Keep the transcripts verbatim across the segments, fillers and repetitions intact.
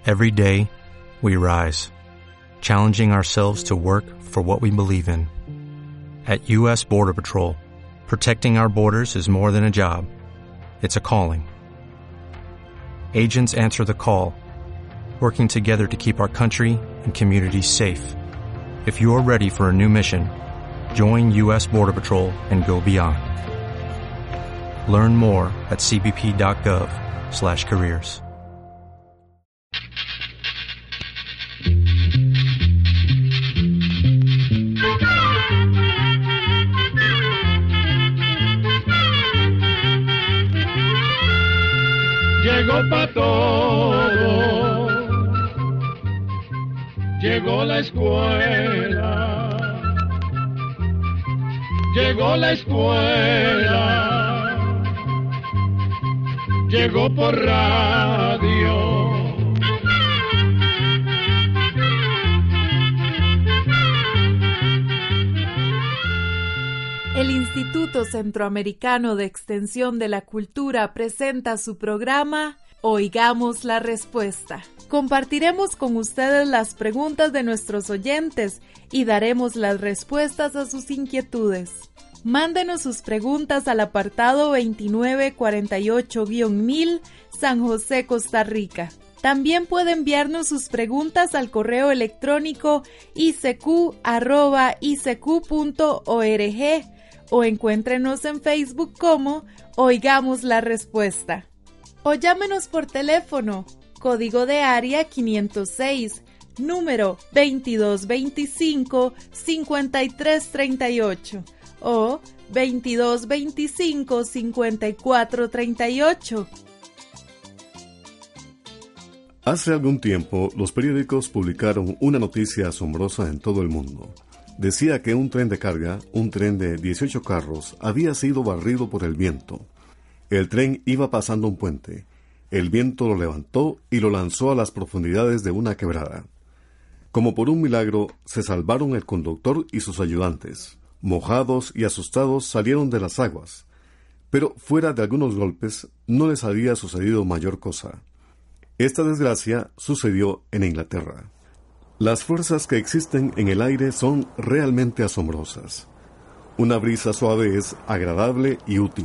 Every day, we rise, challenging ourselves to work for what we believe in. At U S Border Patrol, protecting our borders is more than a job. It's a calling. Agents answer the call, working together to keep our country and communities safe. If you are ready for a new mission, join U S Border Patrol and go beyond. Learn more at c b p dot gov slash careers. Llegó pa' todo, llegó la escuela, llegó la escuela, llegó por radio. El Instituto Centroamericano de Extensión de la Cultura presenta su programa Oigamos la Respuesta. Compartiremos con ustedes las preguntas de nuestros oyentes y daremos las respuestas a sus inquietudes. Mándenos sus preguntas al apartado veintinueve cuarenta y ocho guion mil, San José, Costa Rica. También puede enviarnos sus preguntas al correo electrónico i c q arroba i c q punto org o encuéntrenos en Facebook como Oigamos la Respuesta. O llámenos por teléfono, código de área quinientos seis, número veintidós veinticinco, cincuenta y tres treinta y ocho o veintidós veinticinco, cincuenta y cuatro treinta y ocho. Hace algún tiempo, los periódicos publicaron una noticia asombrosa en todo el mundo. Decía que un tren de carga, un tren de dieciocho carros, había sido barrido por el viento. El tren iba pasando un puente. El viento lo levantó y lo lanzó a las profundidades de una quebrada. Como por un milagro, se salvaron el conductor y sus ayudantes. Mojados y asustados salieron de las aguas. Pero fuera de algunos golpes, no les había sucedido mayor cosa. Esta desgracia sucedió en Inglaterra. Las fuerzas que existen en el aire son realmente asombrosas. Una brisa suave es agradable y útil.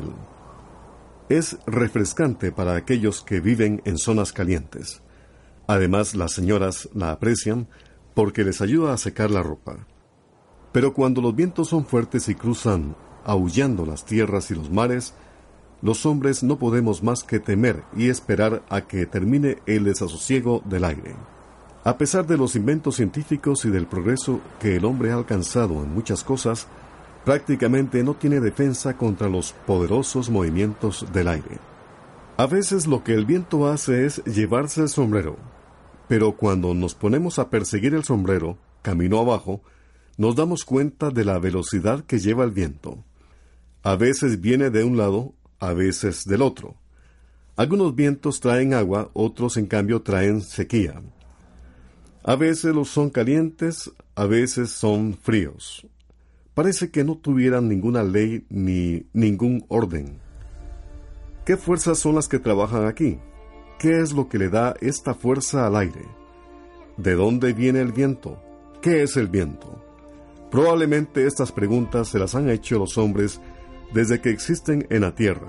Es refrescante para aquellos que viven en zonas calientes. Además, las señoras la aprecian porque les ayuda a secar la ropa. Pero cuando los vientos son fuertes y cruzan, aullando las tierras y los mares, los hombres no podemos más que temer y esperar a que termine el desasosiego del aire. A pesar de los inventos científicos y del progreso que el hombre ha alcanzado en muchas cosas, prácticamente no tiene defensa contra los poderosos movimientos del aire. A veces lo que el viento hace es llevarse el sombrero, pero cuando nos ponemos a perseguir el sombrero, camino abajo, nos damos cuenta de la velocidad que lleva el viento. A veces viene de un lado, a veces del otro. Algunos vientos traen agua, otros en cambio traen sequía. A veces los son calientes, a veces son fríos. Parece que no tuvieran ninguna ley ni ningún orden. ¿Qué fuerzas son las que trabajan aquí? ¿Qué es lo que le da esta fuerza al aire? ¿De dónde viene el viento? ¿Qué es el viento? Probablemente estas preguntas se las han hecho los hombres desde que existen en la tierra.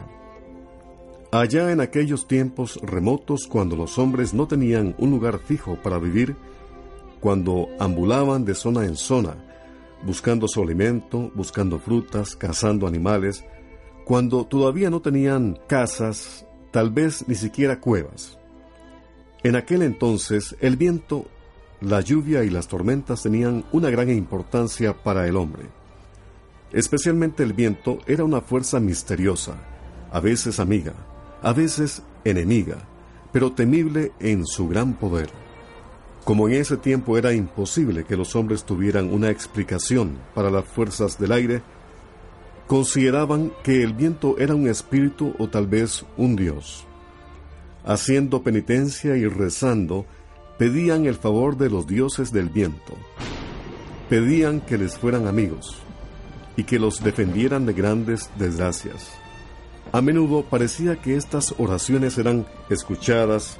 Allá en aquellos tiempos remotos, cuando los hombres no tenían un lugar fijo para vivir, cuando ambulaban de zona en zona, buscando su alimento, buscando frutas, cazando animales, cuando todavía no tenían casas, tal vez ni siquiera cuevas. En aquel entonces, el viento, la lluvia y las tormentas tenían una gran importancia para el hombre. Especialmente el viento era una fuerza misteriosa, a veces amiga, a veces enemiga, pero temible en su gran poder. Como en ese tiempo era imposible que los hombres tuvieran una explicación para las fuerzas del aire, consideraban que el viento era un espíritu o tal vez un dios. Haciendo penitencia y rezando, pedían el favor de los dioses del viento. Pedían que les fueran amigos y que los defendieran de grandes desgracias. A menudo parecía que estas oraciones eran escuchadas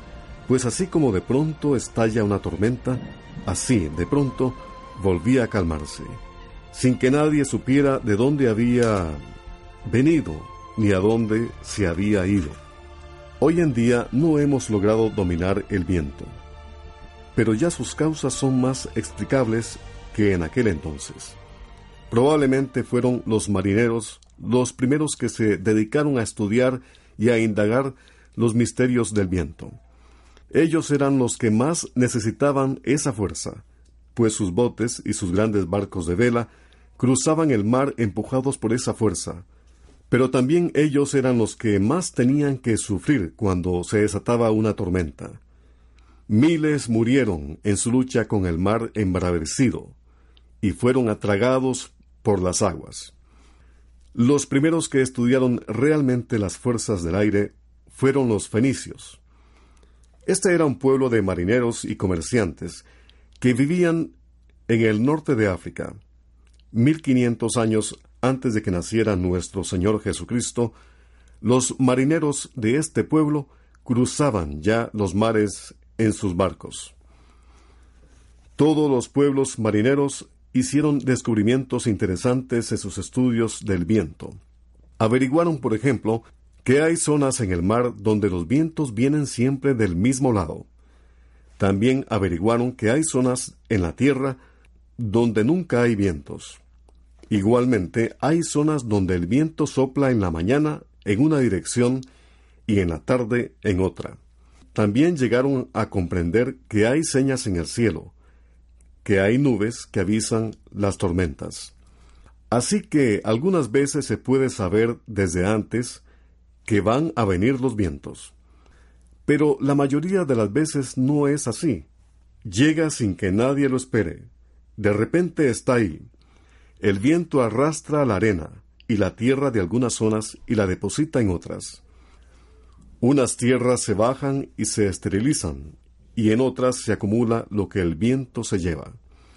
Pues así como de pronto estalla una tormenta, así de pronto volvía a calmarse, sin que nadie supiera de dónde había venido ni a dónde se había ido. Hoy en día no hemos logrado dominar el viento, pero ya sus causas son más explicables que en aquel entonces. Probablemente fueron los marineros los primeros que se dedicaron a estudiar y a indagar los misterios del viento. Ellos eran los que más necesitaban esa fuerza, pues sus botes y sus grandes barcos de vela cruzaban el mar empujados por esa fuerza. Pero también ellos eran los que más tenían que sufrir cuando se desataba una tormenta. Miles murieron en su lucha con el mar embravecido y fueron atragados por las aguas. Los primeros que estudiaron realmente las fuerzas del aire fueron los fenicios. Este era un pueblo de marineros y comerciantes que vivían en el norte de África. Mil quinientos años antes de que naciera nuestro Señor Jesucristo, los marineros de este pueblo cruzaban ya los mares en sus barcos. Todos los pueblos marineros hicieron descubrimientos interesantes en sus estudios del viento. Averiguaron, por ejemplo, que hay zonas en el mar donde los vientos vienen siempre del mismo lado. También averiguaron que hay zonas en la tierra donde nunca hay vientos. Igualmente, hay zonas donde el viento sopla en la mañana en una dirección y en la tarde en otra. También llegaron a comprender que hay señas en el cielo, que hay nubes que avisan las tormentas. Así que algunas veces se puede saber desde antes que van a venir los vientos. Pero la mayoría de las veces no es así. Llega sin que nadie lo espere. De repente está ahí. El viento arrastra la arena y la tierra de algunas zonas y la deposita en otras. Unas tierras se bajan y se esterilizan, y en otras se acumula lo que el viento se lleva.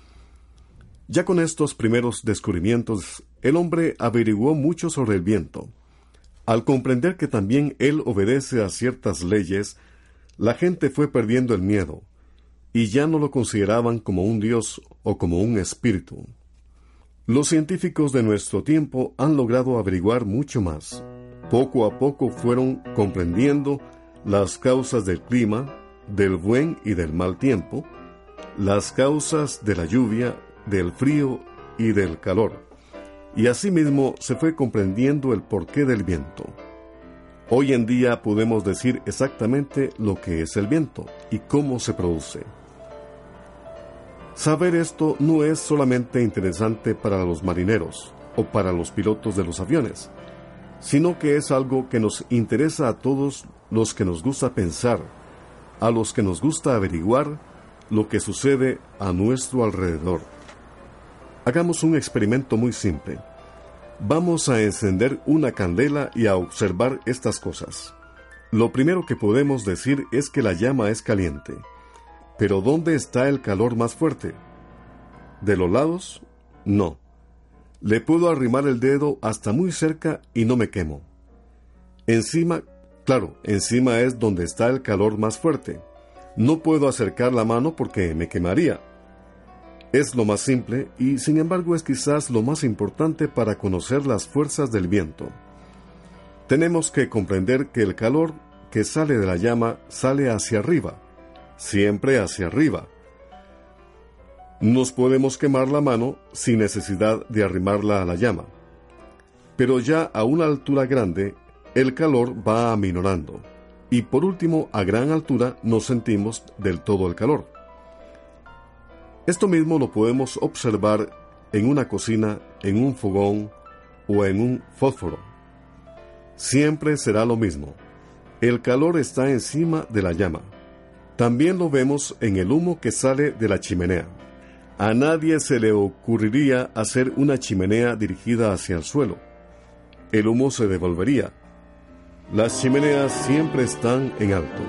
Ya con estos primeros descubrimientos, el hombre averiguó mucho sobre el viento. Al comprender que también él obedece a ciertas leyes, la gente fue perdiendo el miedo, y ya no lo consideraban como un dios o como un espíritu. Los científicos de nuestro tiempo han logrado averiguar mucho más. Poco a poco fueron comprendiendo las causas del clima, del buen y del mal tiempo, las causas de la lluvia, del frío y del calor. Y asimismo se fue comprendiendo el porqué del viento. Hoy en día podemos decir exactamente lo que es el viento y cómo se produce. Saber esto no es solamente interesante para los marineros o para los pilotos de los aviones, sino que es algo que nos interesa a todos los que nos gusta pensar, a los que nos gusta averiguar lo que sucede a nuestro alrededor. Hagamos un experimento muy simple. Vamos a encender una candela y a observar estas cosas. Lo primero que podemos decir es que la llama es caliente. Pero ¿dónde está el calor más fuerte? ¿De los lados? No. Le puedo arrimar el dedo hasta muy cerca y no me quemo. Encima, claro, encima es donde está el calor más fuerte. No puedo acercar la mano porque me quemaría. Es lo más simple y, sin embargo, es quizás lo más importante para conocer las fuerzas del viento. Tenemos que comprender que el calor que sale de la llama sale hacia arriba, siempre hacia arriba. Nos podemos quemar la mano sin necesidad de arrimarla a la llama. Pero ya a una altura grande, el calor va aminorando. Y por último, a gran altura no sentimos del todo el calor. Esto mismo lo podemos observar en una cocina, en un fogón o en un fósforo. Siempre será lo mismo. El calor está encima de la llama. También lo vemos en el humo que sale de la chimenea. A nadie se le ocurriría hacer una chimenea dirigida hacia el suelo. El humo se devolvería. Las chimeneas siempre están en alto.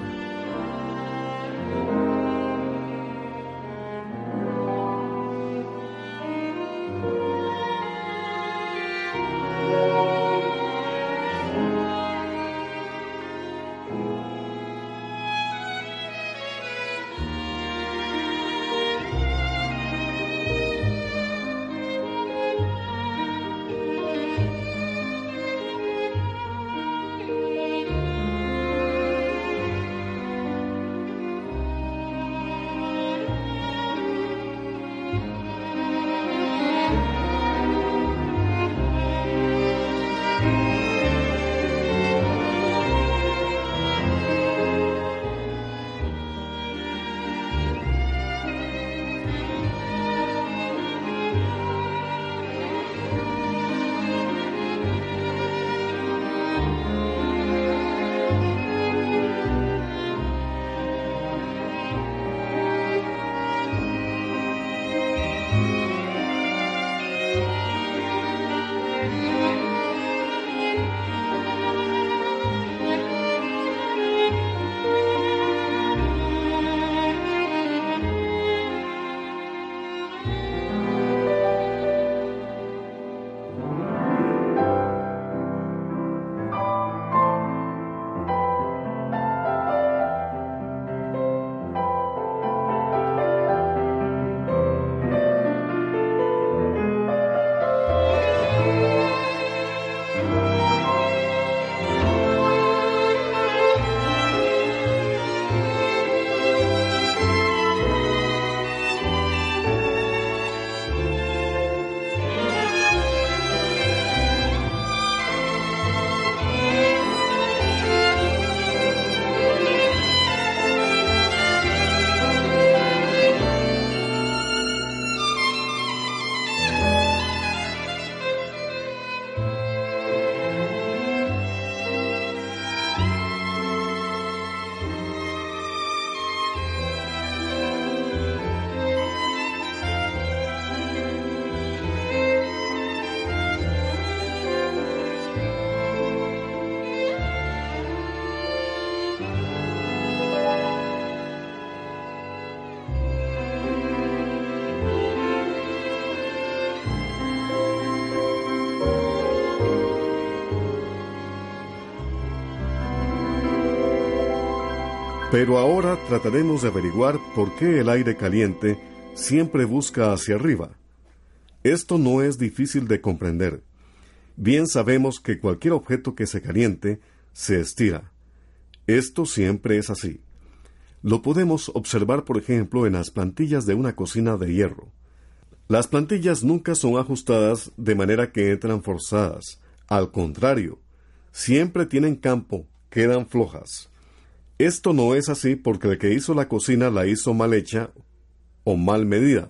Pero ahora trataremos de averiguar por qué el aire caliente siempre busca hacia arriba. Esto no es difícil de comprender. Bien sabemos que cualquier objeto que se caliente se estira. Esto siempre es así. Lo podemos observar, por ejemplo, en las plantillas de una cocina de hierro. Las plantillas nunca son ajustadas de manera que entran forzadas. Al contrario, siempre tienen campo, quedan flojas. Esto no es así porque el que hizo la cocina la hizo mal hecha o mal medida.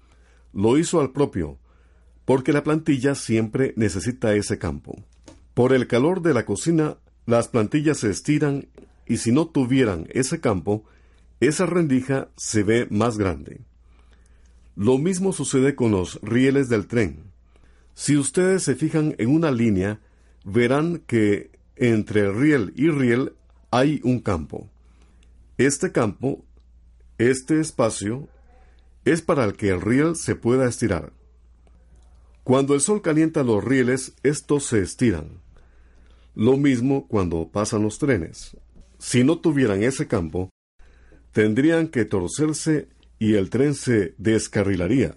Lo hizo al propio, porque la plantilla siempre necesita ese campo. Por el calor de la cocina, las plantillas se estiran y si no tuvieran ese campo, esa rendija se ve más grande. Lo mismo sucede con los rieles del tren. Si ustedes se fijan en una línea, verán que entre riel y riel hay un campo. Este campo, este espacio, es para el que el riel se pueda estirar. Cuando el sol calienta los rieles, estos se estiran. Lo mismo cuando pasan los trenes. Si no tuvieran ese campo, tendrían que torcerse y el tren se descarrilaría.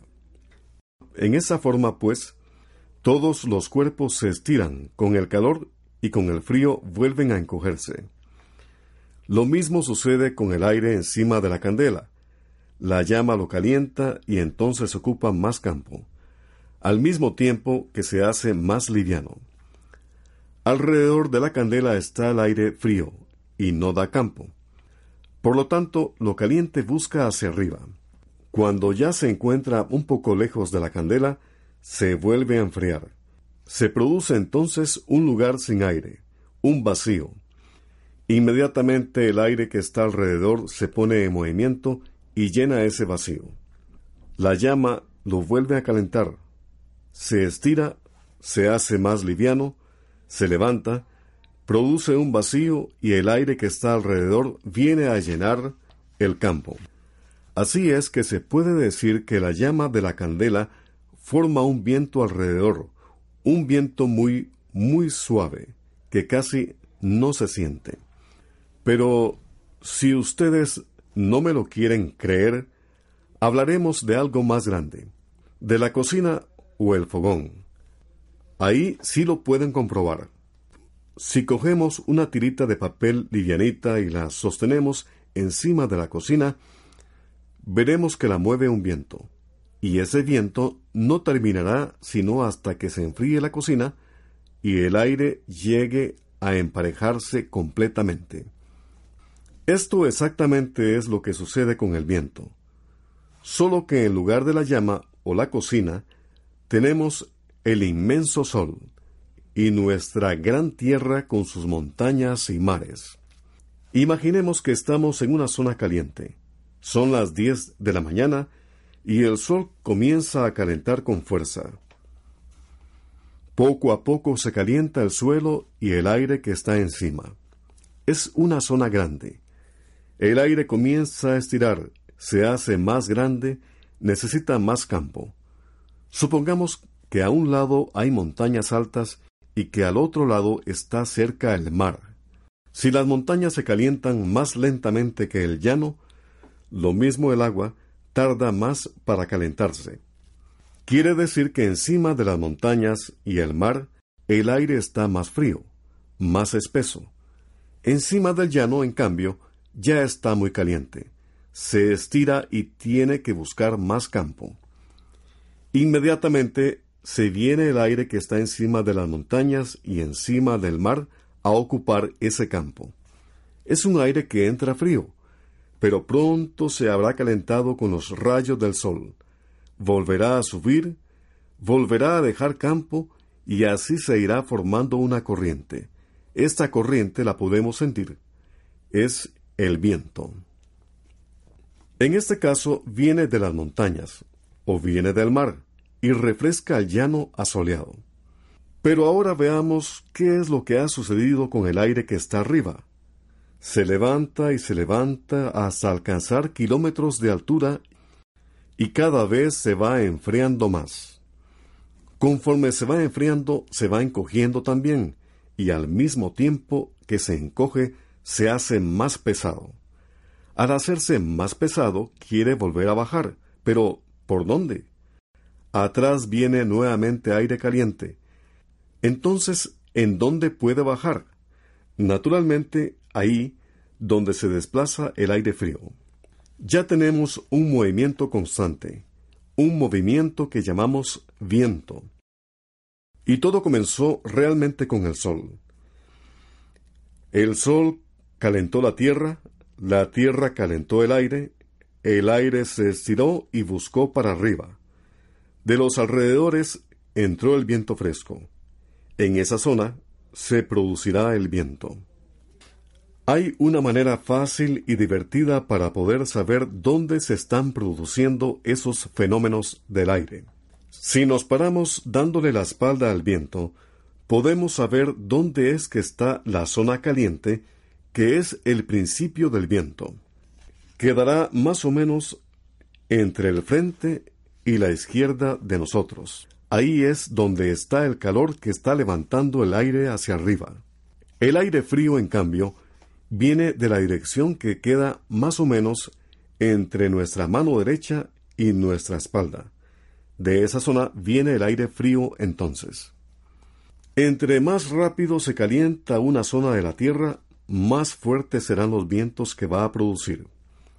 En esa forma, pues, todos los cuerpos se estiran, con el calor y con el frío vuelven a encogerse. Lo mismo sucede con el aire encima de la candela. La llama lo calienta y entonces ocupa más campo, al mismo tiempo que se hace más liviano. Alrededor de la candela está el aire frío y no da campo. Por lo tanto, lo caliente busca hacia arriba. Cuando ya se encuentra un poco lejos de la candela, se vuelve a enfriar. Se produce entonces un lugar sin aire, un vacío. Inmediatamente el aire que está alrededor se pone en movimiento y llena ese vacío. La llama lo vuelve a calentar. Se estira, se hace más liviano, se levanta, produce un vacío y el aire que está alrededor viene a llenar el campo. Así es que se puede decir que la llama de la candela forma un viento alrededor, un viento muy, muy suave, que casi no se siente. Pero si ustedes no me lo quieren creer, hablaremos de algo más grande, de la cocina o el fogón. Ahí sí lo pueden comprobar. Si cogemos una tirita de papel livianita y la sostenemos encima de la cocina, veremos que la mueve un viento, y ese viento no terminará sino hasta que se enfríe la cocina y el aire llegue a emparejarse completamente. Esto exactamente es lo que sucede con el viento, solo que en lugar de la llama o la cocina, tenemos el inmenso sol y nuestra gran tierra con sus montañas y mares. Imaginemos que estamos en una zona caliente. Son las diez de la mañana y el sol comienza a calentar con fuerza. Poco a poco se calienta el suelo y el aire que está encima. Es una zona grande. El aire comienza a estirar, se hace más grande, necesita más campo. Supongamos que a un lado hay montañas altas y que al otro lado está cerca el mar. Si las montañas se calientan más lentamente que el llano, lo mismo el agua tarda más para calentarse. Quiere decir que encima de las montañas y el mar, el aire está más frío, más espeso. Encima del llano, en cambio, ya está muy caliente. Se estira y tiene que buscar más campo. Inmediatamente se viene el aire que está encima de las montañas y encima del mar a ocupar ese campo. Es un aire que entra frío, pero pronto se habrá calentado con los rayos del sol. Volverá a subir, volverá a dejar campo y así se irá formando una corriente. Esta corriente la podemos sentir. Es el viento. En este caso viene de las montañas o viene del mar y refresca el llano asoleado. Pero ahora veamos qué es lo que ha sucedido con el aire que está arriba. Se levanta y se levanta hasta alcanzar kilómetros de altura y cada vez se va enfriando más. Conforme se va enfriando, se va encogiendo también, y al mismo tiempo que se encoge, se hace más pesado. Al hacerse más pesado, quiere volver a bajar. Pero, ¿por dónde? Atrás viene nuevamente aire caliente. Entonces, ¿en dónde puede bajar? Naturalmente, ahí donde se desplaza el aire frío. Ya tenemos un movimiento constante, un movimiento que llamamos viento. Y todo comenzó realmente con el sol. El sol calentó la tierra, la tierra calentó el aire, el aire se estiró y buscó para arriba. De los alrededores entró el viento fresco. En esa zona se producirá el viento. Hay una manera fácil y divertida para poder saber dónde se están produciendo esos fenómenos del aire. Si nos paramos dándole la espalda al viento, podemos saber dónde es que está la zona caliente, que es el principio del viento. Quedará más o menos entre el frente y la izquierda de nosotros. Ahí es donde está el calor que está levantando el aire hacia arriba. El aire frío, en cambio, viene de la dirección que queda más o menos entre nuestra mano derecha y nuestra espalda. De esa zona viene el aire frío entonces. Entre más rápido se calienta una zona de la Tierra, más fuertes serán los vientos que va a producir.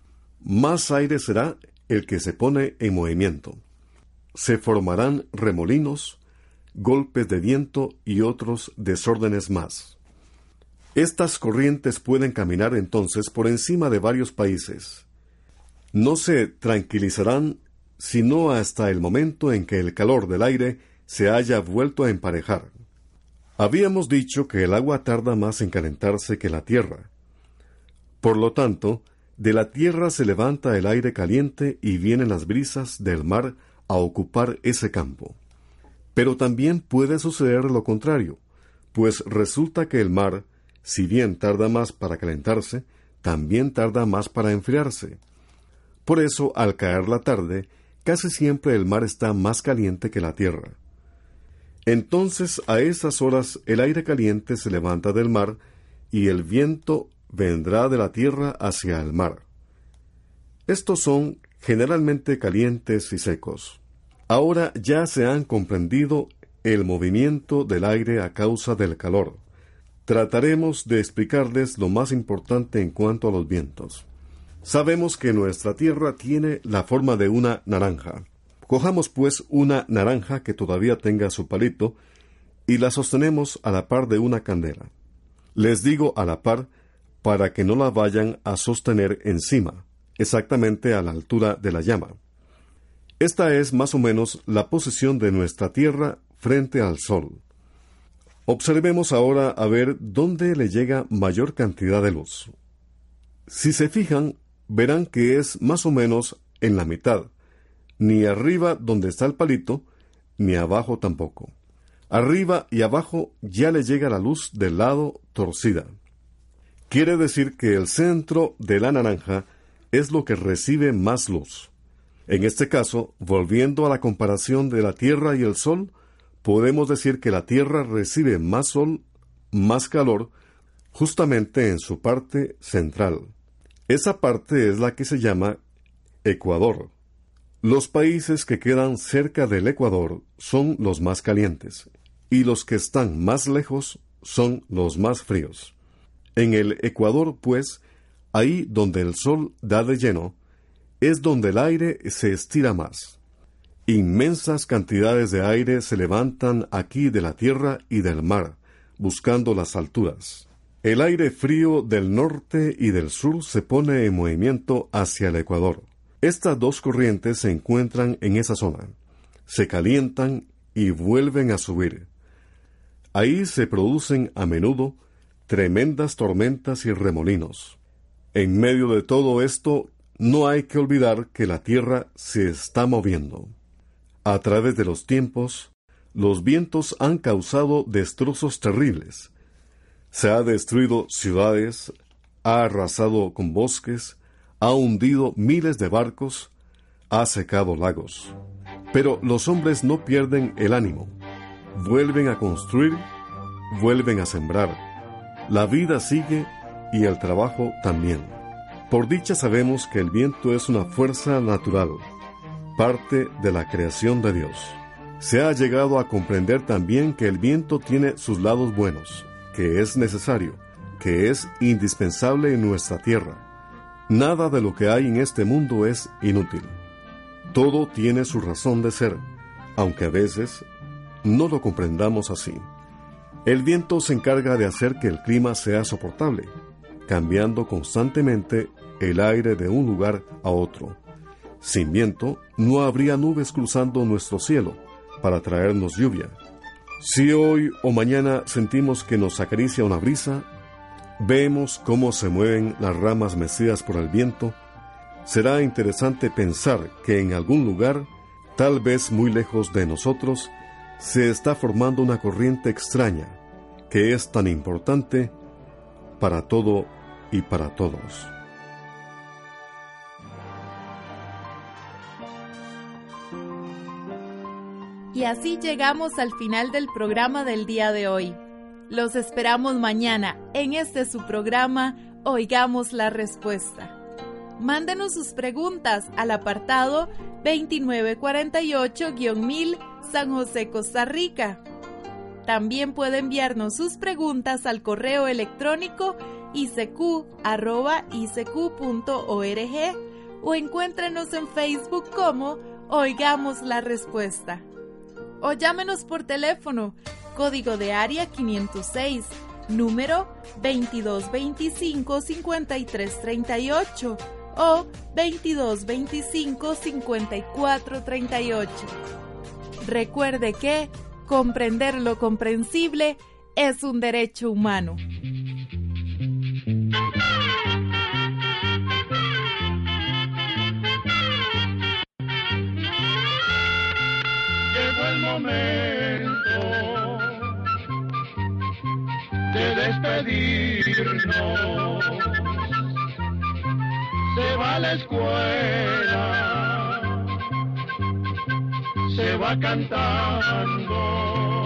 Más aire será el que se pone en movimiento. Se formarán remolinos, golpes de viento y otros desórdenes más. Estas corrientes pueden caminar entonces por encima de varios países. No se tranquilizarán sino hasta el momento en que el calor del aire se haya vuelto a emparejar. Habíamos dicho que el agua tarda más en calentarse que la tierra. Por lo tanto, de la tierra se levanta el aire caliente y vienen las brisas del mar a ocupar ese campo. Pero también puede suceder lo contrario, pues resulta que el mar, si bien tarda más para calentarse, también tarda más para enfriarse. Por eso, al caer la tarde, casi siempre el mar está más caliente que la tierra. Entonces, a esas horas, el aire caliente se levanta del mar y el viento vendrá de la tierra hacia el mar. Estos son generalmente calientes y secos. Ahora ya se han comprendido el movimiento del aire a causa del calor. Trataremos de explicarles lo más importante en cuanto a los vientos. Sabemos que nuestra Tierra tiene la forma de una naranja. Cojamos pues una naranja que todavía tenga su palito y la sostenemos a la par de una candela. Les digo a la par para que no la vayan a sostener encima, exactamente a la altura de la llama. Esta es más o menos la posición de nuestra Tierra frente al Sol. Observemos ahora a ver dónde le llega mayor cantidad de luz. Si se fijan, verán que es más o menos en la mitad, ni arriba donde está el palito, ni abajo tampoco. Arriba y abajo ya le llega la luz del lado torcida. Quiere decir que el centro de la naranja es lo que recibe más luz. En este caso, volviendo a la comparación de la Tierra y el Sol, podemos decir que la Tierra recibe más sol, más calor, justamente en su parte central. Esa parte es la que se llama Ecuador. Los países que quedan cerca del Ecuador son los más calientes, y los que están más lejos son los más fríos. En el Ecuador, pues, ahí donde el sol da de lleno, es donde el aire se estira más. Inmensas cantidades de aire se levantan aquí de la tierra y del mar, buscando las alturas. El aire frío del norte y del sur se pone en movimiento hacia el Ecuador. Estas dos corrientes se encuentran en esa zona. Se calientan y vuelven a subir. Ahí se producen a menudo tremendas tormentas y remolinos. En medio de todo esto, no hay que olvidar que la tierra se está moviendo. A través de los tiempos, los vientos han causado destrozos terribles. Se ha destruido ciudades, ha arrasado con bosques, ha hundido miles de barcos, ha secado lagos. Pero los hombres no pierden el ánimo. Vuelven a construir, vuelven a sembrar. La vida sigue y el trabajo también. Por dicha sabemos que el viento es una fuerza natural, parte de la creación de Dios. Se ha llegado a comprender también que el viento tiene sus lados buenos, que es necesario, que es indispensable en nuestra tierra. Nada de lo que hay en este mundo es inútil. Todo tiene su razón de ser, aunque a veces no lo comprendamos así. El viento se encarga de hacer que el clima sea soportable, cambiando constantemente el aire de un lugar a otro. Sin viento, no habría nubes cruzando nuestro cielo para traernos lluvia. Si hoy o mañana sentimos que nos acaricia una brisa, vemos cómo se mueven las ramas mecidas por el viento, será interesante pensar que en algún lugar, tal vez muy lejos de nosotros, se está formando una corriente extraña que es tan importante para todo y para todos. Y así llegamos al final del programa del día de hoy. Los esperamos mañana en este su programa Oigamos la Respuesta. Mándenos sus preguntas al apartado veintinueve cuarenta y ocho mil San José, Costa Rica. También puede enviarnos sus preguntas al correo electrónico i c q arroba i c q punto org o encuéntrenos en Facebook como Oigamos la Respuesta. O llámenos por teléfono, código de área quinientos seis, número veintidós veinticinco cincuenta y tres treinta y ocho o veintidós veinticinco cincuenta y cuatro treinta y ocho. Recuerde que comprender lo comprensible es un derecho humano. Momento de despedirnos, se va a la escuela, se va cantando